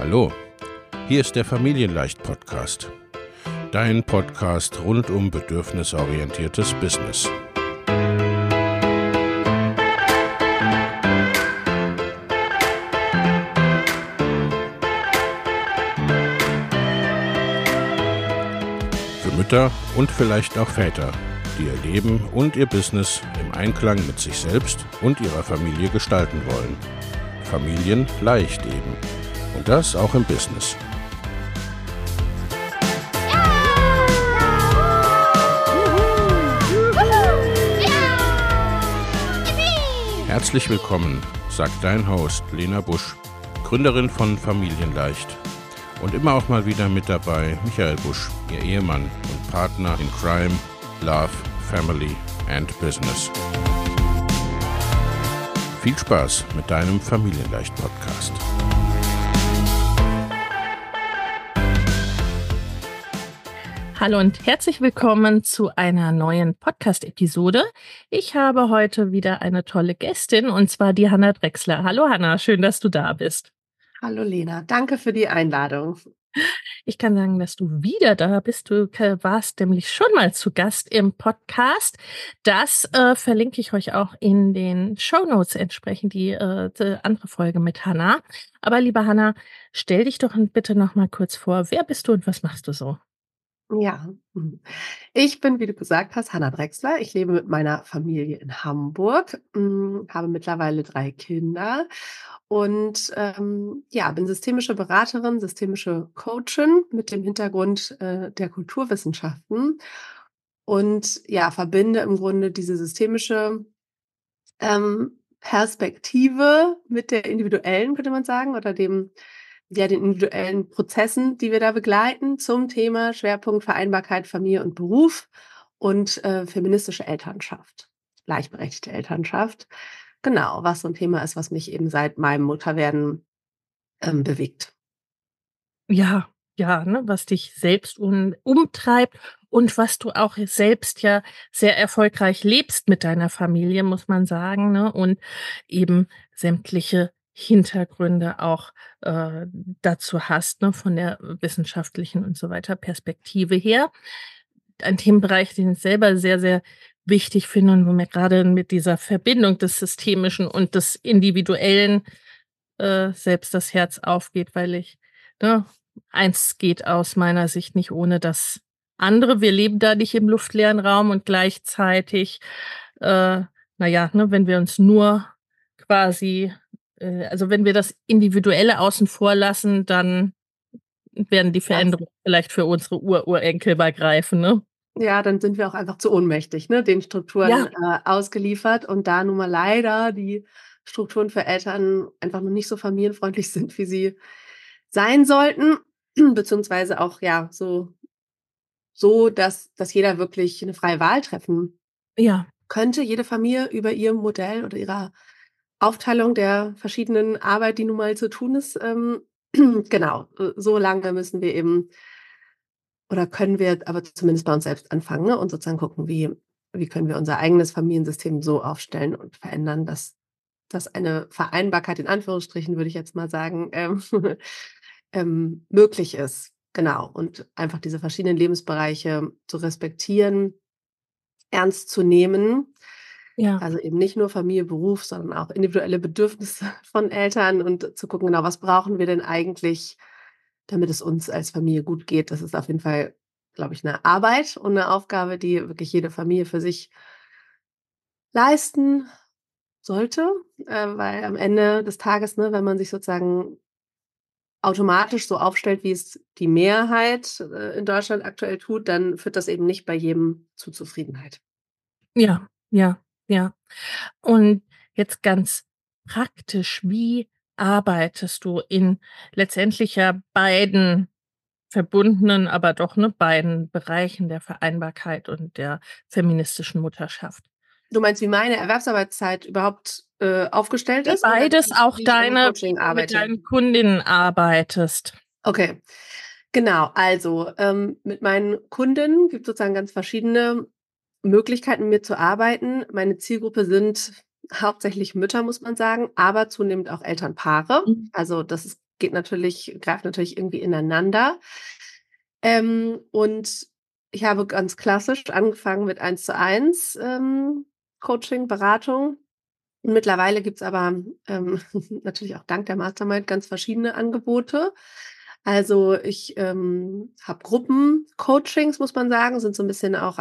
Hallo, hier ist der Familienleicht-Podcast. Dein Podcast rund um bedürfnisorientiertes Business. Für Mütter und vielleicht auch Väter, die ihr Leben und ihr Business im Einklang mit sich selbst und ihrer Familie gestalten wollen. Familien leicht eben. Und das auch im Business. Herzlich willkommen, sagt dein Host Lena Busch, Gründerin von Familienleicht. Und immer auch mal wieder mit dabei Michael Busch, ihr Ehemann und Partner in Crime, Love, Family and Business. Viel Spaß mit deinem Familienleicht-Podcast. Hallo und herzlich willkommen zu einer neuen Podcast-Episode. Ich habe heute wieder eine tolle Gästin und zwar die Hanna Drechsler. Hallo Hanna, schön, dass du da bist. Hallo Lena, danke für die Einladung. Ich kann sagen, dass du wieder da bist. Du warst nämlich schon mal zu Gast im Podcast. Das verlinke ich euch auch in den Shownotes entsprechend, die andere Folge mit Hanna. Aber liebe Hanna, stell dich doch bitte noch mal kurz vor. Wer bist du und was machst du so? Ja, ich bin, wie du gesagt hast, Hanna Drechsler. Ich lebe mit meiner Familie in Hamburg, habe mittlerweile 3 Kinder und bin systemische Beraterin, systemische Coachin mit dem Hintergrund der Kulturwissenschaften und ja, verbinde im Grunde diese systemische Perspektive mit der individuellen, könnte man sagen, oder den individuellen Prozessen, die wir da begleiten zum Thema Schwerpunkt Vereinbarkeit, Familie und Beruf und feministische Elternschaft, gleichberechtigte Elternschaft. Genau, was so ein Thema ist, was mich eben seit meinem Mutterwerden bewegt. Ja, ne, was dich selbst umtreibt und was du auch selbst ja sehr erfolgreich lebst mit deiner Familie, muss man sagen, ne? Und eben sämtliche Hintergründe auch dazu hast, ne, von der wissenschaftlichen und so weiter Perspektive her. Ein Themenbereich, den ich selber sehr, sehr wichtig finde und wo mir gerade mit dieser Verbindung des Systemischen und des Individuellen selbst das Herz aufgeht, weil ich, ne, eins geht aus meiner Sicht nicht ohne das andere. Wir leben da nicht im luftleeren Raum und gleichzeitig, ne, wenn wir uns nur quasi, also wenn wir das Individuelle außen vor lassen, dann werden die Veränderungen vielleicht für unsere Urenkel mal greifen, ne? Ja, dann sind wir auch einfach zu ohnmächtig, ne, den Strukturen ausgeliefert und da nun mal leider die Strukturen für Eltern einfach noch nicht so familienfreundlich sind, wie sie sein sollten, beziehungsweise auch, ja, so, dass jeder wirklich eine freie Wahl treffen Ja, könnte, jede Familie über ihr Modell oder ihrer Aufteilung der verschiedenen Arbeit, die nun mal zu tun ist. Genau, so lange müssen wir eben oder können wir aber zumindest bei uns selbst anfangen, ne, und sozusagen gucken, wie können wir unser eigenes Familiensystem so aufstellen und verändern, dass das eine Vereinbarkeit in Anführungsstrichen, würde ich jetzt mal sagen, möglich ist. Genau, und einfach diese verschiedenen Lebensbereiche zu respektieren, ernst zu nehmen. ja. Also eben nicht nur Familie, Beruf, sondern auch individuelle Bedürfnisse von Eltern und zu gucken, genau, was brauchen wir denn eigentlich, damit es uns als Familie gut geht. Das ist auf jeden Fall, glaube ich, eine Arbeit und eine Aufgabe, die wirklich jede Familie für sich leisten sollte, weil am Ende des Tages, ne, wenn man sich sozusagen automatisch so aufstellt, wie es die Mehrheit in Deutschland aktuell tut, dann führt das eben nicht bei jedem zu Zufriedenheit. Ja, ja, ja. Und jetzt ganz praktisch, wie arbeitest du in letztendlich ja beiden verbundenen, aber doch, ne, beiden Bereichen der Vereinbarkeit und der feministischen Mutterschaft? Du meinst, wie meine Erwerbsarbeitszeit überhaupt aufgestellt Wie ist oder beides auch wie ich im wie Coaching du mit arbeite? deinen Kundinnen arbeitest. Okay, genau. Also mit meinen Kunden gibt es sozusagen ganz verschiedene Möglichkeiten, mit mir zu arbeiten. Meine Zielgruppe sind hauptsächlich Mütter, muss man sagen, aber zunehmend auch Elternpaare. Mhm. Also das ist greift natürlich irgendwie ineinander. Und ich habe ganz klassisch angefangen mit 1:1 Coaching, Beratung. Und mittlerweile gibt's aber, natürlich auch dank der Mastermind ganz verschiedene Angebote. Also, ich, habe Gruppencoachings, muss man sagen, sind so ein bisschen auch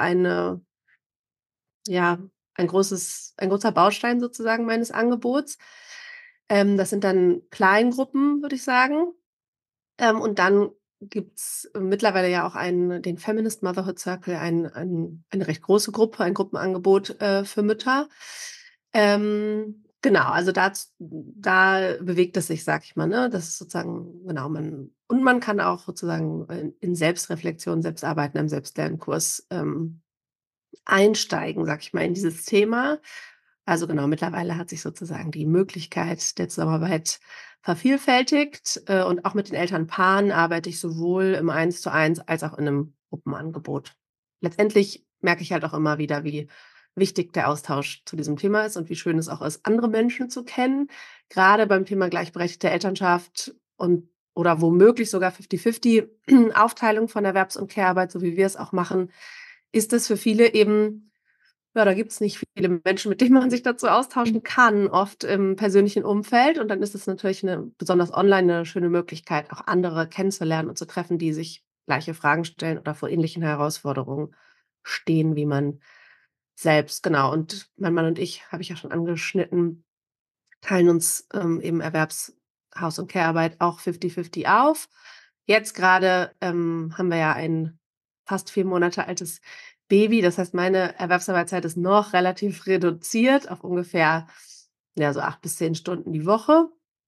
ja, ein großer Baustein sozusagen meines Angebots. Das sind dann Kleingruppen, würde ich sagen. Und dann gibt's mittlerweile ja auch den Feminist Motherhood Circle, eine recht große Gruppe, ein Gruppenangebot, für Mütter. Genau, also da bewegt es sich, sag ich mal, ne? Das ist sozusagen genau, man kann auch sozusagen in Selbstreflexion, Selbstarbeiten, einem Selbstlernkurs, einsteigen, sag ich mal, in dieses Thema. Also genau, mittlerweile hat sich sozusagen die Möglichkeit der Zusammenarbeit vervielfältigt, und auch mit den Elternpaaren arbeite ich sowohl im 1:1 als auch in einem Gruppenangebot. Letztendlich merke ich halt auch immer wieder, wie wichtig der Austausch zu diesem Thema ist und wie schön es auch ist, andere Menschen zu kennen. Gerade beim Thema gleichberechtigte Elternschaft und oder womöglich sogar 50-50 Aufteilung von Erwerbs- und Care-Arbeit, so wie wir es auch machen, ist es für viele eben ja, da gibt's nicht viele Menschen, mit denen man sich dazu austauschen kann, oft im persönlichen Umfeld. Und dann ist es natürlich besonders online 'ne schöne Möglichkeit, auch andere kennenzulernen und zu treffen, die sich gleiche Fragen stellen oder vor ähnlichen Herausforderungen stehen wie man selbst. Genau. Und mein Mann und ich, habe ich ja schon angeschnitten, teilen uns, eben Haus- und Care-Arbeit auch 50-50 auf. Jetzt gerade haben wir ja ein fast 4 Monate altes Baby. Das heißt, meine Erwerbsarbeitszeit ist noch relativ reduziert auf ungefähr, ja, so 8 bis 10 Stunden die Woche.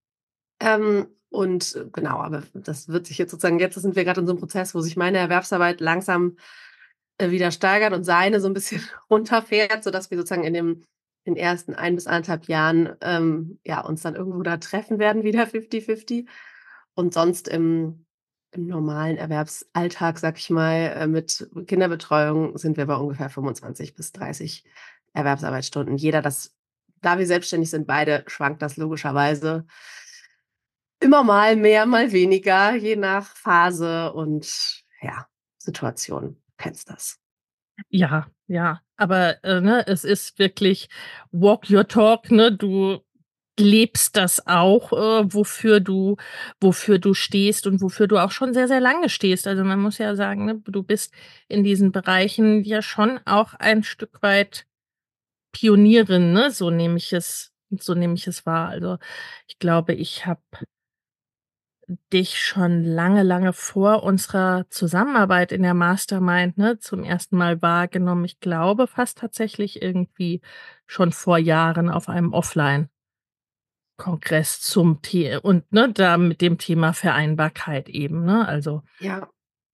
Genau, aber das wird sich jetzt sind wir gerade in so einem Prozess, wo sich meine Erwerbsarbeit langsam, wieder steigert und seine so ein bisschen runterfährt, sodass wir sozusagen in den ersten 1 bis 1,5 Jahren, ja, uns dann irgendwo da treffen werden, wieder 50-50. Und sonst im normalen Erwerbsalltag, sag ich mal, mit Kinderbetreuung sind wir bei ungefähr 25 bis 30 Erwerbsarbeitsstunden. Da wir selbstständig sind beide, schwankt das logischerweise immer mal mehr, mal weniger, je nach Phase und, ja, Situation. Du kennst das. Ja, ja, aber, ne, es ist wirklich walk your talk, ne? Du lebst das auch, wofür du stehst und wofür du auch schon sehr, sehr lange stehst. Also, man muss ja sagen, ne, du bist in diesen Bereichen ja schon auch ein Stück weit Pionierin, ne? So nehme ich es wahr. Also, ich glaube, ich habe dich schon lange, lange vor unserer Zusammenarbeit in der Mastermind, ne, zum ersten Mal wahrgenommen. Ich glaube fast tatsächlich irgendwie schon vor Jahren auf einem Offline-Kongress zum The und, ne, da mit dem Thema Vereinbarkeit eben, ne? Also, Ja.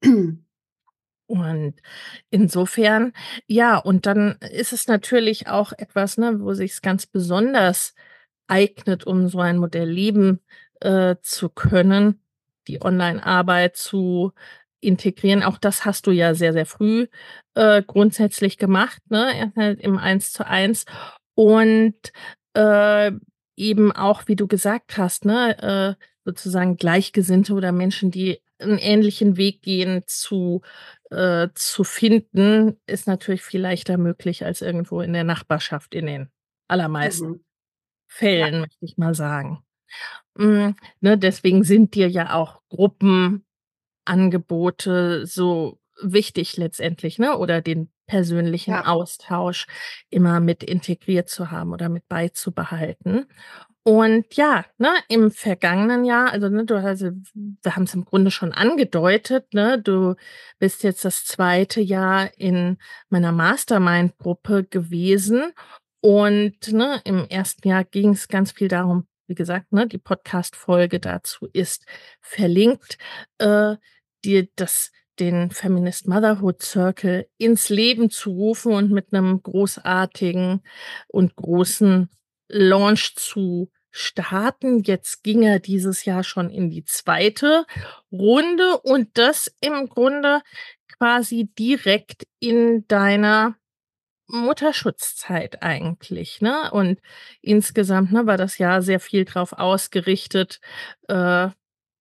und insofern ja, und dann ist es natürlich auch etwas, ne, wo sich's ganz besonders eignet, um so ein Modell leben, zu können, die Online-Arbeit zu integrieren. Auch das hast du ja sehr, sehr früh, grundsätzlich gemacht, ne, halt im 1:1 und, äh, eben auch, wie du gesagt hast, ne, sozusagen Gleichgesinnte oder Menschen, die einen ähnlichen Weg gehen, zu finden, ist natürlich viel leichter möglich als irgendwo in der Nachbarschaft in den allermeisten Mhm. Ja, Fällen, möchte ich mal sagen. Ne, deswegen sind dir ja auch Gruppenangebote so wichtig letztendlich, ne, oder den persönlichen ja. Austausch immer mit integriert zu haben oder mit beizubehalten. Und ja, ne, im vergangenen Jahr, also, ne, wir haben's im Grunde schon angedeutet, ne, du bist jetzt das zweite Jahr in meiner Mastermind-Gruppe gewesen und, ne, im ersten Jahr ging's ganz viel darum, wie gesagt, ne, die Podcast-Folge dazu ist verlinkt, äh, dir den Feminist Motherhood Circle ins Leben zu rufen und mit 'nem großartigen und großen Launch zu starten. Jetzt ging er dieses Jahr schon in die zweite Runde und das im Grunde quasi direkt in deiner Mutterschutzzeit eigentlich, ne? Und insgesamt, ne, war das Jahr sehr viel drauf ausgerichtet, äh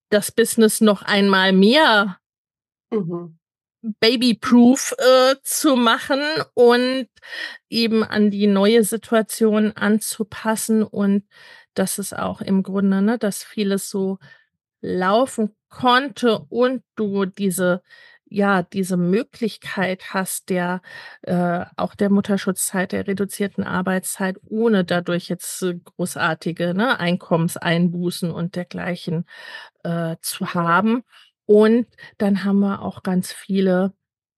das Business noch einmal mehr Mhm. babyproof zu machen und eben an die neue Situation anzupassen und dass es auch im Grunde, ne, dass vieles so laufen konnte und du diese Möglichkeit hast auch der Mutterschutzzeit, der reduzierten Arbeitszeit, ohne dadurch jetzt großartige, ne, Einkommenseinbußen und dergleichen zu haben. Und dann haben wir auch ganz viele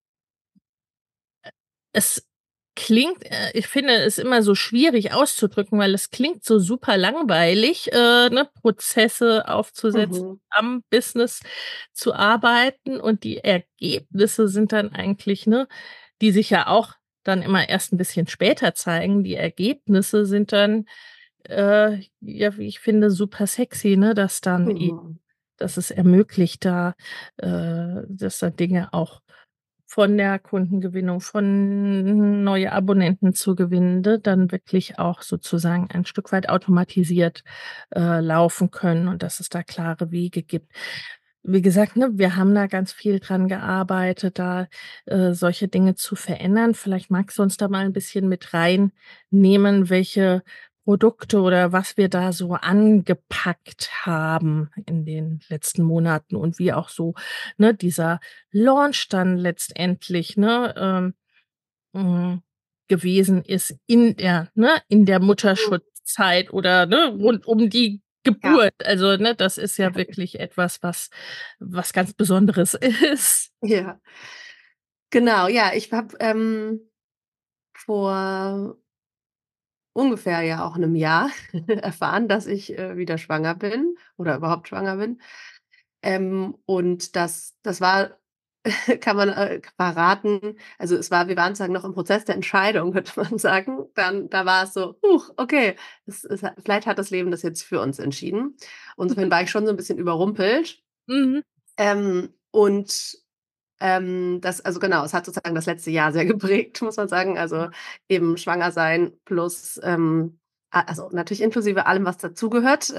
es klingt ich finde es immer so schwierig auszudrücken, weil es klingt so super langweilig, ne, Prozesse aufzusetzen, Mhm. am Business zu arbeiten und die Ergebnisse sind dann eigentlich, ne, die sich ja auch dann immer erst 'n bisschen später zeigen. Die Ergebnisse sind dann, ja, wie ich finde, super sexy, ne, Mhm. dass es ermöglicht, dass da Dinge auch von der Kundengewinnung, von neue Abonnenten zu gewinnen, ne, dann wirklich auch sozusagen ein Stück weit automatisiert, laufen können und dass es da klare Wege gibt. Wie gesagt, ne, wir haben da ganz viel dran gearbeitet, solche Dinge zu verändern. Vielleicht magst du uns da mal ein bisschen mit reinnehmen, welche Produkte oder was wir da so angepackt haben in den letzten Monaten und wie auch so, ne, dieser Launch dann letztendlich, ne, hm, gewesen ist in der Mhm. Mutterschutzzeit oder, ne, rund um die Ja, Geburt. Also, ne, das ist ja, ja wirklich etwas, was ganz Besonderes ist. ja. Genau, ja, ich habe, vor ungefähr ja auch 'nem Jahr erfahren, dass ich, wieder schwanger bin oder überhaupt schwanger bin. Und das war kann man, verraten also, wir waren sozusagen noch im Prozess der Entscheidung, könnte man sagen. Da war es so: „Huch, okay, vielleicht hat das Leben das jetzt für uns entschieden.“ Insofern war ich schon so 'n bisschen überrumpelt. Mhm. Und das also genau, es hat sozusagen das letzte Jahr sehr geprägt, muss man sagen. Also, eben schwanger sein plus, also natürlich inklusive allem, was dazugehört.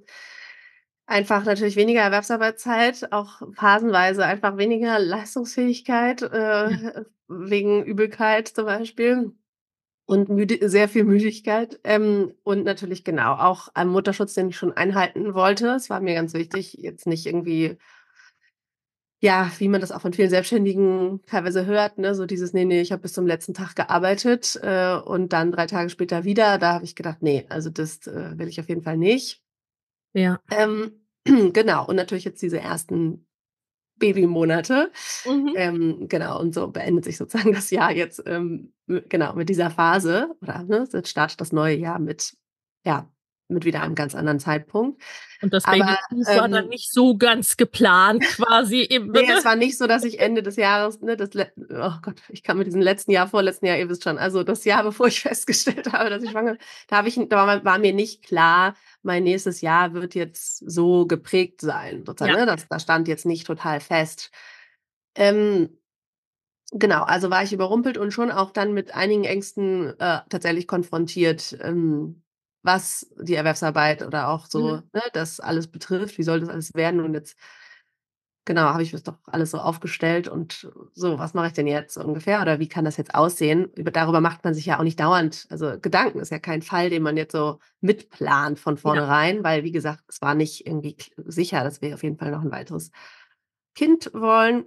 Einfach natürlich weniger Erwerbsarbeitszeit, auch phasenweise einfach weniger Leistungsfähigkeit, Ja, wegen Übelkeit zum Beispiel und sehr viel Müdigkeit. Und natürlich genau, auch ein Mutterschutz, den ich schon einhalten wollte. Es war mir ganz wichtig, jetzt nicht irgendwie ja, wie man das auch von vielen Selbstständigen teilweise hört, ne, so dieses: „Ne, ne, ich habe bis zum letzten Tag gearbeitet, und dann 3 Tage später wieder.“ Da habe ich gedacht: „Ne, also das, will ich auf jeden Fall nicht.“ ja. Ähm, genau, und natürlich jetzt diese ersten Babymonate. Mhm. Genau, und so beendet sich sozusagen das Jahr jetzt, genau, mit dieser Phase oder, ne, jetzt startet das neue Jahr ja, mit wieder einem ganz anderen Zeitpunkt. Und das Aber, Babybuch war dann ähm nicht so ganz geplant quasi eben, ne, ne? es war nicht so, dass ich Ende des Jahres, ne, oh Gott, ich kann mit diesem letzten Jahr, vorletzten Jahr, ihr wisst schon, also das Jahr, bevor ich festgestellt habe, dass ich schwanger bin, da war mir nicht klar, mein nächstes Jahr wird jetzt so geprägt sein, sozusagen, Ja, ne? Das stand jetzt nicht total fest. Ähm, genau, also war ich überrumpelt und schon auch dann mit einigen Ängsten, tatsächlich konfrontiert, was die Erwerbsarbeit oder auch so, mhm, ne, das alles betrifft. Wie soll das alles werden? Und jetzt genau, habe ich das doch alles so aufgestellt und so, was mache ich denn jetzt so ungefähr oder wie kann das jetzt aussehen? Darüber macht man sich ja auch nicht dauernd also, Gedanken ist ja kein Fall, den man jetzt so mitplant von ja, vornherein, weil wie gesagt, es war nicht irgendwie sicher, dass wir auf jeden Fall noch ein weiteres Kind wollen.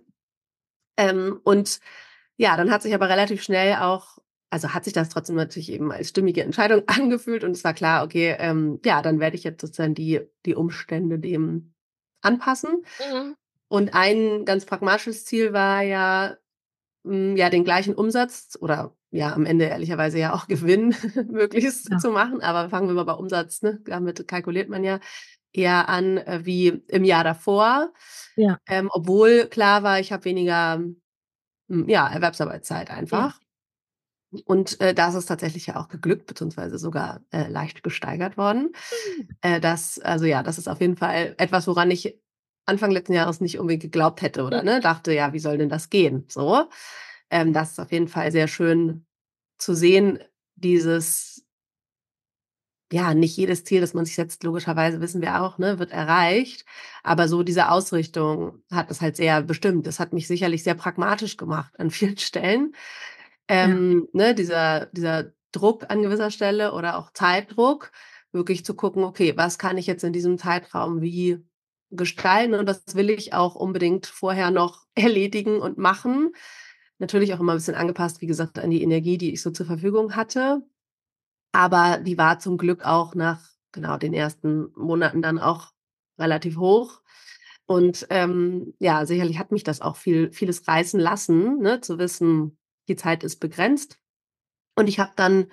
Und ja, dann hat sich aber relativ schnell auch also, hat sich das trotzdem natürlich eben als stimmige Entscheidung angefühlt und es war klar, okay, ja, dann werde ich jetzt sozusagen die Umstände dem anpassen. mhm, Und ein ganz pragmatisches Ziel war ja, ja, den gleichen Umsatz oder ja, am Ende ehrlicherweise ja auch Gewinn möglichst ja, zu machen. Aber fangen wir mal bei Umsatz, ne? Damit kalkuliert man ja eher an, wie im Jahr davor. ja, Obwohl klar war, ich habe weniger, ja, Erwerbsarbeitszeit ja. einfach. Und, da ist es tatsächlich ja auch geglückt, beziehungsweise sogar, leicht gesteigert worden. Das ist auf jeden Fall etwas, woran ich Anfang letzten Jahres nicht unbedingt geglaubt hätte Mhm. oder, ne, dachte: „Ja, wie soll denn das gehen?“ So. Das ist auf jeden Fall sehr schön zu sehen, dieses ja, nicht jedes Ziel, das man sich setzt, logischerweise wissen wir auch, ne, wird erreicht. Aber so diese Ausrichtung hat es halt sehr bestimmt. Das hat mich sicherlich sehr pragmatisch gemacht an vielen Stellen. Ja. Ne, dieser Druck an gewisser Stelle oder auch Zeitdruck, wirklich zu gucken, okay, was kann ich jetzt in diesem Zeitraum wie gestalten und was will ich auch unbedingt vorher noch erledigen und machen. Natürlich auch immer ein bisschen angepasst, wie gesagt, an die Energie, die ich so zur Verfügung hatte. Aber die war zum Glück auch nach, genau, den ersten Monaten dann auch relativ hoch. Und, ja, sicherlich hat mich das auch vieles reißen lassen, ne, zu wissen, die Zeit ist begrenzt. Und ich habe dann,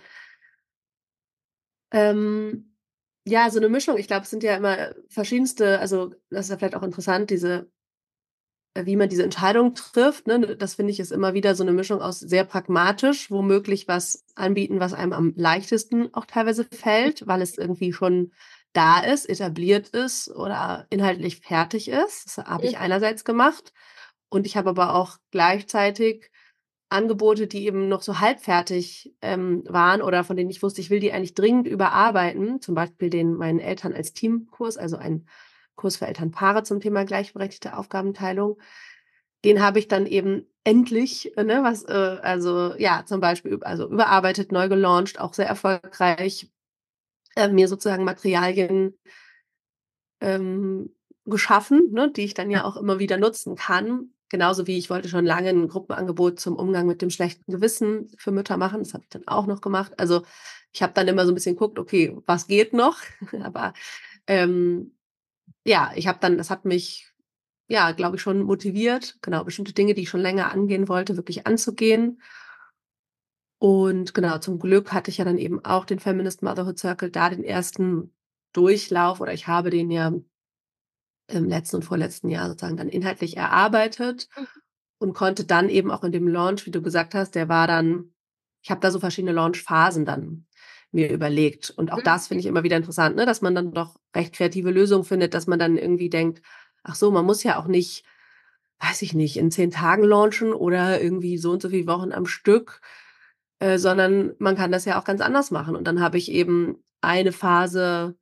ähm, ja, so eine Mischung, ich glaube, es sind ja immer verschiedenste, also, das ist ja vielleicht auch interessant, wie man diese Entscheidung trifft, ne? Das finde ich ist immer wieder so eine Mischung aus sehr pragmatisch, womöglich was anbieten, was einem am leichtesten auch teilweise fällt, weil es irgendwie schon da ist, etabliert ist oder inhaltlich fertig ist. Das habe ich einerseits gemacht und ich habe aber auch gleichzeitig Angebote, die eben noch so halbfertig, waren oder von denen ich wusste, ich will die eigentlich dringend überarbeiten, zum Beispiel den meinen Eltern als Teamkurs, also ein Kurs für Elternpaare zum Thema gleichberechtigte Aufgabenteilung. Den habe ich dann eben endlich, ne, also ja, zum Beispiel also überarbeitet, neu gelauncht, auch sehr erfolgreich, mir sozusagen Materialien ähm, geschaffen, ne, die ich dann Ja. ja auch immer wieder nutzen kann. Genauso wie ich wollte schon lange ein Gruppenangebot zum Umgang mit dem schlechten Gewissen für Mütter machen. Das habe ich dann auch noch gemacht. Also, ich habe dann immer so ein bisschen geguckt: „Okay, was geht noch?“ Aber, ähm, ja, das hat mich, ja, glaube ich, schon motiviert, genau, bestimmte Dinge, die ich schon länger angehen wollte, wirklich anzugehen. Und genau, zum Glück hatte ich ja dann eben auch den Feminist Motherhood Circle, da den ersten Durchlauf oder ich habe den ja im letzten und vorletzten Jahr sozusagen dann inhaltlich erarbeitet und konnte dann eben auch in dem Launch, wie du gesagt hast, ich habe da so verschiedene Launchphasen dann mir überlegt. Und auch das finde ich immer wieder interessant, ne, dass man dann doch recht kreative Lösungen findet, dass man dann irgendwie denkt: „Ach so, man muss ja auch nicht, weiß ich nicht, in 10 Tagen launchen oder irgendwie so und so viele Wochen am Stück, sondern man kann das ja auch ganz anders machen.“ Und dann habe ich eben eine Phase,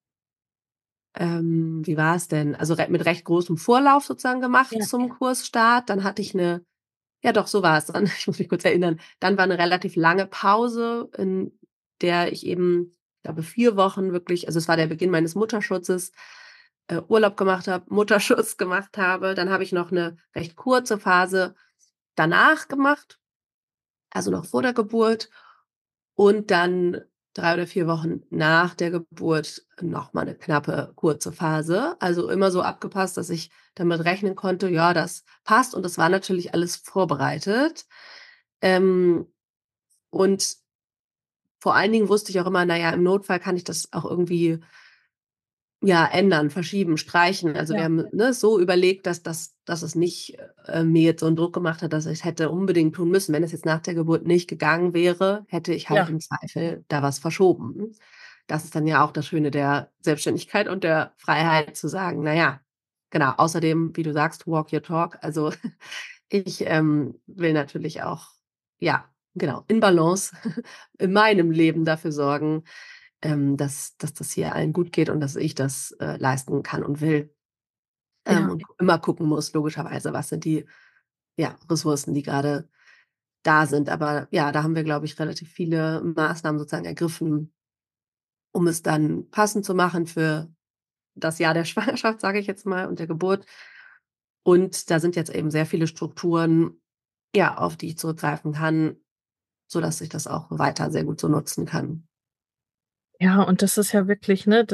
wie war es denn? Also, mit recht großem Vorlauf sozusagen gemacht Ja. zum Kursstart. Dann hatte ich eine, ja doch, so war es dann. Ich muss mich kurz erinnern. Dann war eine relativ lange Pause, in der ich eben, ich glaube, 4 Wochen wirklich, also, es war der Beginn meines Mutterschutzes, Urlaub gemacht habe, Mutterschutz gemacht habe. Dann habe ich noch eine recht kurze Phase danach gemacht, also, noch vor der Geburt. Und dann 3 oder 4 Wochen nach der Geburt noch mal 'ne knappe kurze Phase. Also, immer so abgepasst, dass ich damit rechnen konnte, ja, das passt und das war natürlich alles vorbereitet. Ähm, und vor allen Dingen wusste ich auch immer, na ja, im Notfall kann ich das auch irgendwie, ja, ändern, verschieben, streichen. Also, wir Ja. haben, ne, so überlegt, dass es nicht, mir jetzt so 'n Druck gemacht hat, dass ich's hätte unbedingt tun müssen. Wenn es jetzt nach der Geburt nicht gegangen wäre, hätte ich halt Ja. im Zweifel da was verschoben. Das ist dann ja auch das Schöne der Selbstständigkeit und der Freiheit zu sagen: „Na ja“, genau, außerdem, wie du sagst, walk your talk. Also, ich, will natürlich auch, ja, genau, in Balance in meinem Leben dafür sorgen, dass das hier allen gut geht und dass ich das, leisten kann und will. Ja. Und immer gucken muss, logischerweise, was sind die, ja, Ressourcen, die gerade da sind. Aber ja, da haben wir, glaube ich, relativ viele Maßnahmen sozusagen ergriffen, um es dann passend zu machen für das Jahr der Schwangerschaft, sage ich jetzt mal, und der Geburt. Und da sind jetzt eben sehr viele Strukturen, ja, auf die ich zurückgreifen kann, sodass ich das auch weiter sehr gut so nutzen kann. Ja, und das ist ja wirklich, ne,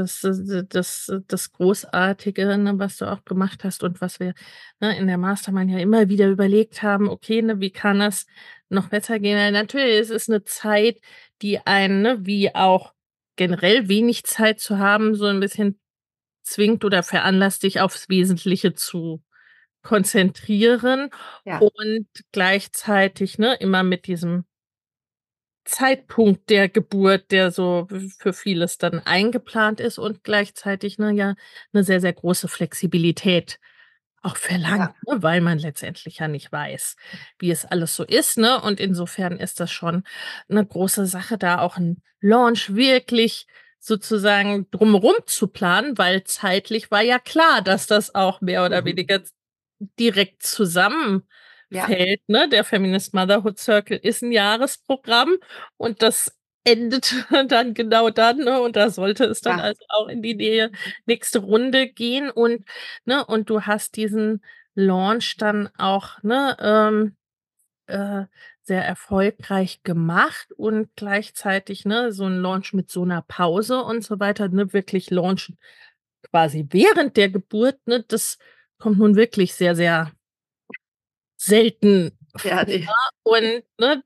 das Großartige, ne, was du auch gemacht hast und was wir, ne, in der Mastermind ja immer wieder überlegt haben: „Okay, ne, wie kann es noch besser gehen?“ Weil natürlich, es ist eine Zeit, die einen, ne, wie auch generell wenig Zeit zu haben, so ein bisschen zwingt oder veranlasst, dich aufs Wesentliche zu konzentrieren Ja, und gleichzeitig, ne, immer mit diesem Zeitpunkt der Geburt, der so für vieles dann eingeplant ist und gleichzeitig, ne, ja, 'ne sehr, sehr große Flexibilität auch verlangt, ja, ne, weil man letztendlich ja nicht weiß, wie es alles so ist, ne? Und insofern ist das schon 'ne große Sache, da auch 'n Launch wirklich sozusagen drumherum zu planen, weil zeitlich war ja klar, dass das auch mehr oder weniger direkt zusammenfällt, Ja, ne? Der Feminist Motherhood Circle ist ein Jahresprogramm und das endet dann genau dann, ne? Und da sollte es dann ja, also auch in die nächste Runde gehen und du hast diesen Launch dann auch, ne, äh, sehr erfolgreich gemacht und gleichzeitig, ne, so 'n Launch mit so 'ner Pause und so weiter, ne, wirklich launchen quasi während der Geburt, ne, das kommt nun wirklich sehr, sehr selten ja, vor ne. und, ne,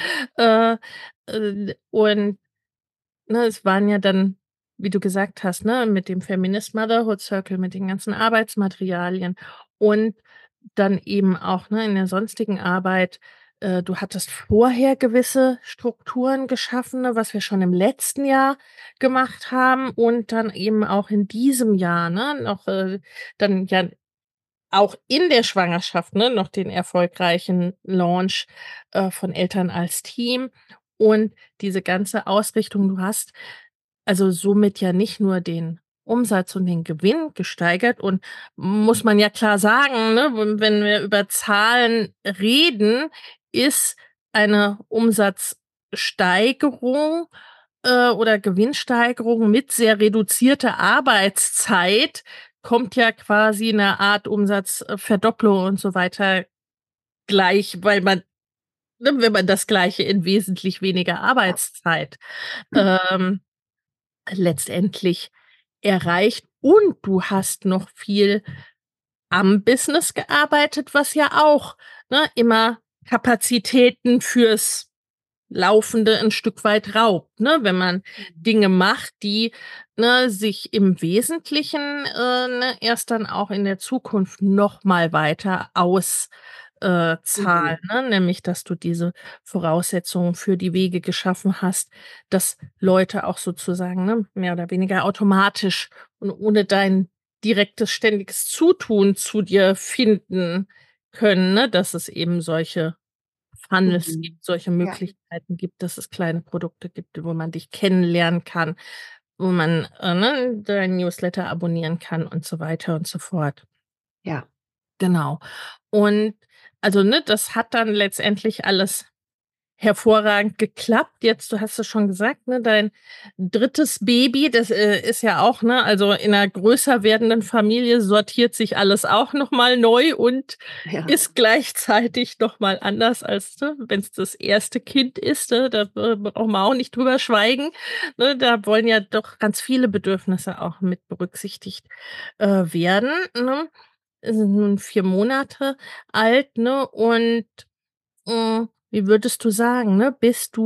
und, ne, es waren ja dann, wie du gesagt hast, ne, mit dem Feminist Motherhood Circle, mit den ganzen Arbeitsmaterialien und dann eben auch, ne, in der sonstigen Arbeit, du hattest vorher gewisse Strukturen geschaffen, ne, was wir schon im letzten Jahr gemacht haben und dann eben auch in diesem Jahr, ne, noch, dann ja auch in der Schwangerschaft, ne, noch den erfolgreichen Launch, von Eltern als Team und diese ganze Ausrichtung. Du hast also somit ja nicht nur den Umsatz und den Gewinn gesteigert und muss man ja klar sagen, ne, wenn wir über Zahlen reden, ist eine Umsatzsteigerung, oder Gewinnsteigerung mit sehr reduzierter Arbeitszeit kommt ja quasi 'ne Art Umsatzverdopplung und so weiter gleich, weil man, ne, wenn man das Gleiche in wesentlich weniger Ja. Arbeitszeit, ähm, letztendlich erreicht und du hast noch viel am Business gearbeitet, was ja auch, ne, immer Kapazitäten fürs Laufende 'n Stück weit raubt, ne? Wenn man Dinge macht, die, ne, sich im Wesentlichen, ne, erst dann auch in der Zukunft noch mal weiter Mhm. zahlen, ne? Nämlich, dass du diese Voraussetzungen für die Wege geschaffen hast, dass Leute auch sozusagen, ne, mehr oder weniger automatisch und ohne dein direktes, ständiges Zutun zu dir finden können, ne? Dass es eben solche Funnels Mhm. gibt, solche Ja, Möglichkeiten gibt, dass es kleine Produkte gibt, wo man dich kennenlernen kann, wo man, ne, dein Newsletter abonnieren kann und so weiter und so fort. ja. Genau. Und also, ne, das hat dann letztendlich alles hervorragend geklappt. Jetzt, du hast es schon gesagt, ne, dein drittes Baby, das, ist ja auch, ne, also in 'ner größer werdenden Familie sortiert sich alles auch noch mal neu und Ja. ist gleichzeitig noch mal anders als, ne, wenn's das erste Kind ist, ne? Da, brauchen wir auch nicht drüber schweigen, ne? Da wollen ja doch ganz viele Bedürfnisse auch mit berücksichtigt, werden, ne? Es sind nun 4 Monate alt, ne, und wie würdest du sagen, ne,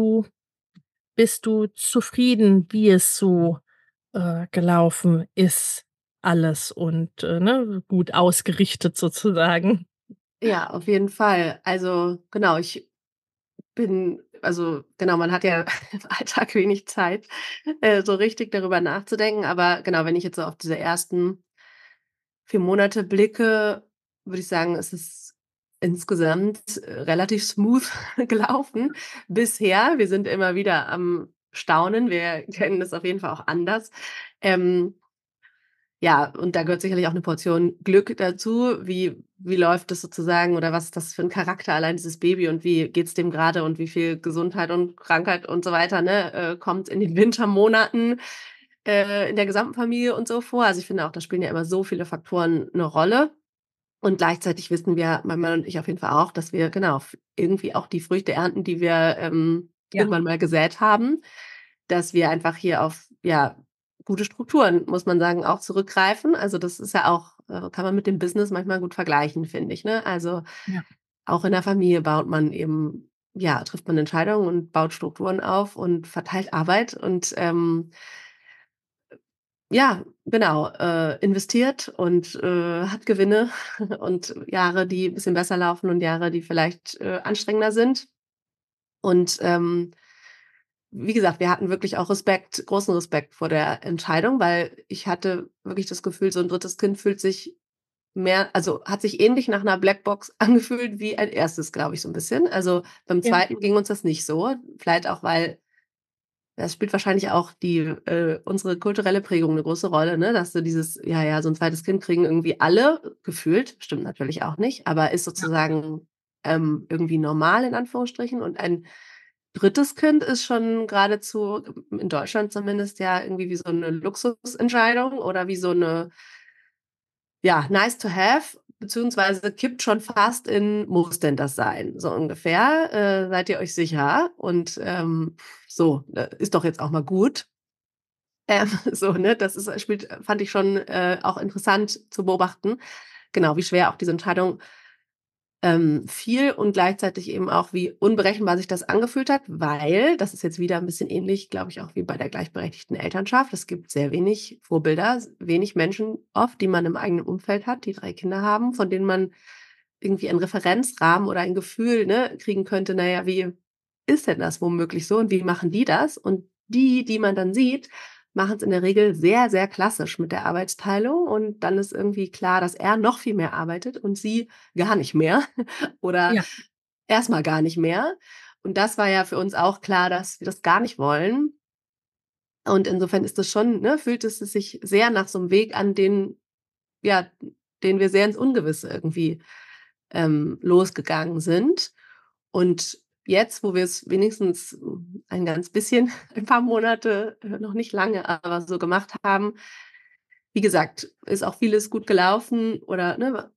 bist du zufrieden, wie es so, gelaufen ist alles und, ne, gut ausgerichtet sozusagen? Ja, auf jeden Fall. Also, genau, ich bin also, genau, man hat ja im Alltag wenig Zeit, so richtig darüber nachzudenken. Aber genau, wenn ich jetzt so auf diese ersten 4 Monate blicke, würde ich sagen, es ist insgesamt, relativ smooth gelaufen bisher. Wir sind immer wieder am Staunen. Wir kennen das auf jeden Fall auch anders. Ähm, ja, und da gehört sicherlich auch eine Portion Glück dazu. Wie läuft das sozusagen oder was ist das für ein Charakter allein dieses Baby und wie geht's dem gerade und wie viel Gesundheit und Krankheit und so weiter, ne, kommt in den Wintermonaten, in der gesamten Familie und so vor. Also, ich finde auch, da spielen ja immer so viele Faktoren eine Rolle. Und gleichzeitig wissen wir, mein Mann und ich auf jeden Fall auch, dass wir genau irgendwie auch die Früchte ernten, die wir, Ja, irgendwann mal gesät haben, dass wir einfach hier auf, ja, gute Strukturen, muss man sagen, auch zurückgreifen. Also, das ist ja auch kann man mit dem Business manchmal gut vergleichen, finde ich, ne? Also, ja. auch in der Familie baut man eben ja, trifft man Entscheidungen und baut Strukturen auf und verteilt Arbeit und, ja, genau, investiert und, hat Gewinne und Jahre, die 'n bisschen besser laufen und Jahre, die vielleicht, anstrengender sind. Und, wie gesagt, wir hatten wirklich auch Respekt großen Respekt vor der Entscheidung, weil ich hatte wirklich das Gefühl, so 'n drittes Kind fühlt sich mehr also, hat sich ähnlich nach 'ner Blackbox angefühlt wie ein erstes, glaube ich, so 'n bisschen. Also, beim Ja. zweiten ging uns das nicht so. Vielleicht auch, weil das spielt wahrscheinlich auch unsere kulturelle Prägung eine große Rolle, ne? Dass so dieses, so ein zweites Kind kriegen irgendwie alle gefühlt, stimmt natürlich auch nicht, aber ist sozusagen irgendwie normal in Anführungsstrichen. Und ein drittes Kind ist schon geradezu, in Deutschland zumindest, ja irgendwie wie so eine Luxusentscheidung oder wie so eine, nice to have, beziehungsweise kippt schon fast in, muss denn das sein? So ungefähr. Seid ihr euch sicher? Und ist doch jetzt auch mal gut. So, ne, fand ich schon auch interessant zu beobachten. Genau, wie schwer auch diese Entscheidung fiel und gleichzeitig eben auch, wie unberechenbar sich das angefühlt hat, weil, das ist jetzt wieder ein bisschen ähnlich, glaube ich, auch wie bei der gleichberechtigten Elternschaft. Es gibt sehr wenig Vorbilder, wenig Menschen oft, die man im eigenen Umfeld hat, die 3 Kinder haben, von denen man irgendwie einen Referenzrahmen oder ein Gefühl, ne, kriegen könnte, naja, wie ist denn das womöglich so und wie machen die das? Und die man dann sieht, machen es in der Regel sehr, sehr klassisch mit der Arbeitsteilung und dann ist irgendwie klar, dass er noch viel mehr arbeitet und sie gar nicht mehr oder Ja, erstmal gar nicht mehr. Und das war ja für uns auch klar, dass wir das gar nicht wollen. Und insofern ist das schon, ne, fühlt es sich sehr nach so einem Weg an, ja, den wir sehr ins Ungewisse irgendwie losgegangen sind. Und jetzt, wo wir es wenigstens ein ganz bisschen, ein paar Monate, noch nicht lange, aber so gemacht haben, wie gesagt, ist auch vieles gut gelaufen oder ne,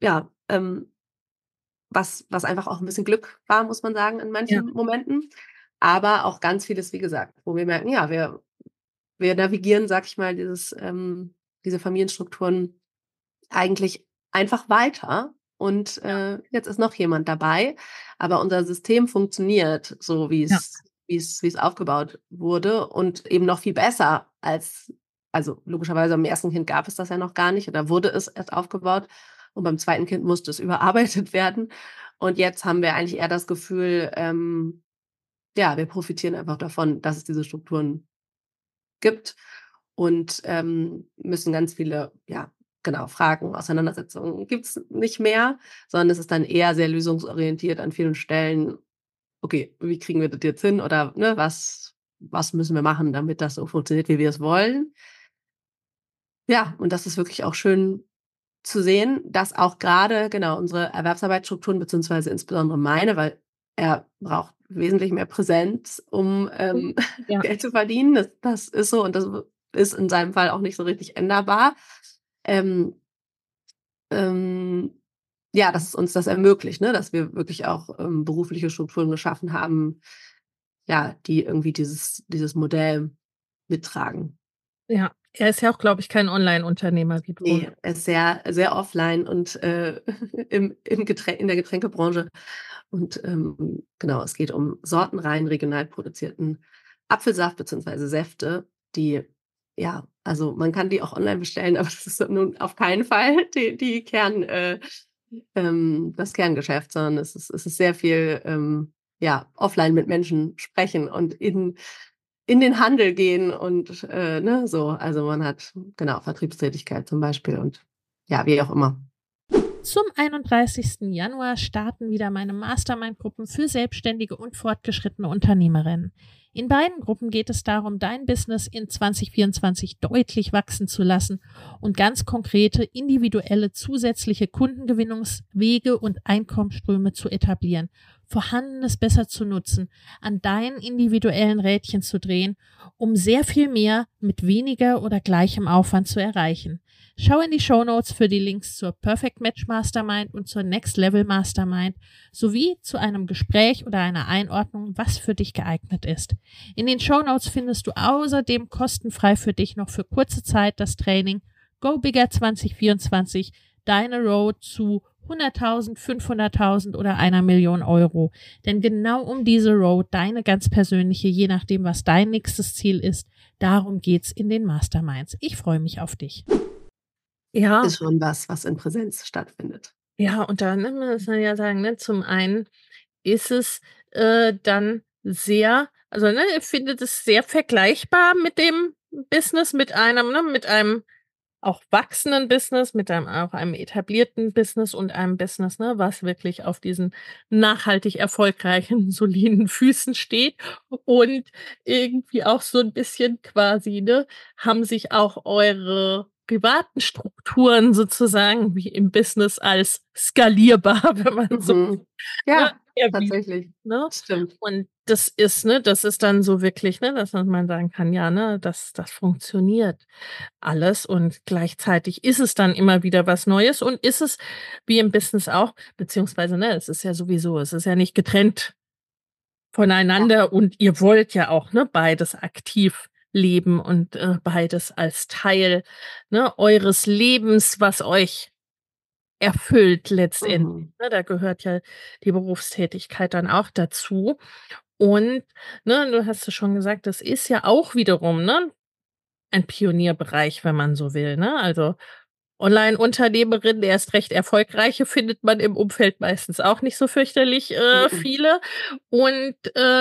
was einfach auch ein bisschen Glück war, muss man sagen, in ja, manchen Momenten. Aber auch ganz vieles, wie gesagt, wo wir merken, ja, wir navigieren, sag ich mal, diese Familienstrukturen eigentlich einfach weiter. Und jetzt ist noch jemand dabei, aber unser System funktioniert so, ja, wie es aufgebaut wurde und eben noch viel besser also logischerweise am ersten Kind gab es das ja noch gar nicht oder wurde es erst aufgebaut und beim zweiten Kind musste es überarbeitet werden. Und jetzt haben wir eigentlich eher das Gefühl, wir profitieren einfach davon, dass es diese Strukturen gibt und müssen ganz viele, genau, Fragen, Auseinandersetzungen gibt's nicht mehr, sondern es ist dann eher sehr lösungsorientiert an vielen Stellen. Okay, wie kriegen wir das jetzt hin oder ne, was müssen wir machen, damit das so funktioniert, wie wir es wollen? Ja, und das ist wirklich auch schön zu sehen, dass auch gerade genau unsere Erwerbsarbeitsstrukturen, beziehungsweise insbesondere meine, weil er braucht wesentlich mehr Präsenz, um mhm, ja, Geld zu verdienen. Das ist so und das ist in seinem Fall auch nicht so richtig änderbar. Ähm, ähm, dass es uns das ermöglicht, ne, dass wir wirklich auch berufliche Strukturen geschaffen haben, die irgendwie dieses Modell mittragen. ja. Er ist ja auch, glaube ich, kein Online-Unternehmer wie du. Ne, er ist sehr, sehr offline und in der Getränkebranche. Und genau, es geht um sortenrein regional produzierten Apfelsaft beziehungsweise Säfte, die also man kann die auch online bestellen, aber das ist so nun auf keinen Fall die das Kerngeschäft, sondern es ist sehr viel, offline mit Menschen sprechen und in den Handel gehen und, ne, so. Also, man hat, genau, Vertriebstätigkeit zum Beispiel und wie auch immer. Zum 31. Januar starten wieder meine Mastermind-Gruppen für selbstständige und fortgeschrittene Unternehmerinnen. In beiden Gruppen geht es darum, dein Business in 2024 deutlich wachsen zu lassen und ganz konkrete, individuelle, zusätzliche Kundengewinnungswege und Einkommensströme zu etablieren, Vorhandenes besser zu nutzen, an deinen individuellen Rädchen zu drehen, um sehr viel mehr mit weniger oder gleichem Aufwand zu erreichen. Schau in die Shownotes für die Links zur Perfect Match Mastermind und zur Next Level Mastermind sowie zu einem Gespräch oder einer Einordnung, was für dich geeignet ist. In den Shownotes findest du außerdem kostenfrei für dich noch für kurze Zeit das Training Go Bigger 2024, deine Road zu 100.000, 500.000 oder 1 Million Euro. Denn genau um diese Road, deine ganz persönliche, je nachdem, was dein nächstes Ziel ist, darum geht's in den Masterminds. Ich freue mich auf dich. Ja, Ist schon was in Präsenz stattfindet. ja, und da, ne, muss man ja sagen, ne, zum einen ist es dann sehr, also ne, ich finde das sehr vergleichbar mit dem Business, mit einem auch wachsenden Business, mit einem etablierten Business und einem Business, ne, was wirklich auf diesen nachhaltig erfolgreichen, soliden Füßen steht. Und irgendwie auch so ein bisschen quasi, ne, haben sich auch eure privaten Strukturen sozusagen wie im Business als skalierbar, wenn man so, Mhm. ne, Ja, erwiesen, tatsächlich. ne? Stimmt. Und das ist dann so wirklich, ne, dass man sagen kann, ja, ne, das funktioniert alles und gleichzeitig ist es dann immer wieder was Neues und ist es wie im Business auch, beziehungsweise, ne, es ist ja nicht getrennt Ja. voneinander und ihr wollt ja auch, ne, beides aktiv leben und, beides als Teil, ne, eures Lebens, was euch erfüllt letztendlich, Mhm. ne? Da gehört ja die Berufstätigkeit dann auch dazu. Und, ne, du hast es schon gesagt, das ist ja auch wiederum, ne, ein Pionierbereich, wenn man so will, ne? Also, Online-Unternehmerin, erst recht erfolgreiche, findet man im Umfeld meistens auch nicht so fürchterlich, Mhm. viele. Und,